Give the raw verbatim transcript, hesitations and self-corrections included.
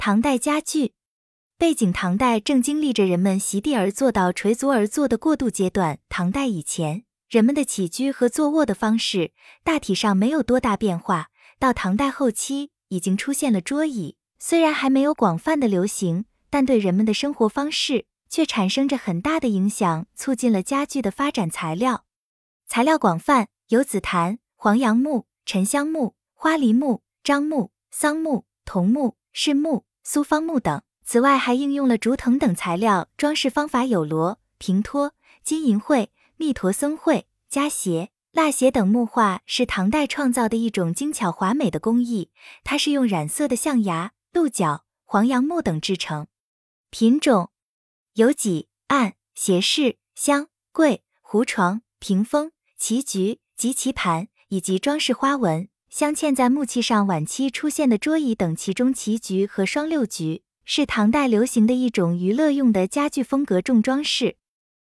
唐代家具背景，唐代正经历着人们席地而坐到垂足而坐的过渡阶段。唐代以前，人们的起居和坐卧的方式大体上没有多大变化，到唐代后期已经出现了桌椅，虽然还没有广泛的流行，但对人们的生活方式却产生着很大的影响，促进了家具的发展。材料材料广泛，有紫檀、黄杨木、沉香木、花梨木、樟木、桑木、桐木、柿木、苏方木等。此外还应用了竹藤等材料，装饰方法有罗、平托、金银绘、密陀僧绘、夹鞋、蜡鞋等。木画是唐代创造的一种精巧华美的工艺，它是用染色的象牙、鹿角、黄杨木等制成。品种有几、案、斜饰、箱、柜、胡床、屏风、棋局及棋盘，以及装饰花纹镶嵌在木器上。晚期出现的桌椅等，其中棋局和双六局是唐代流行的一种娱乐用的家具风格重装饰。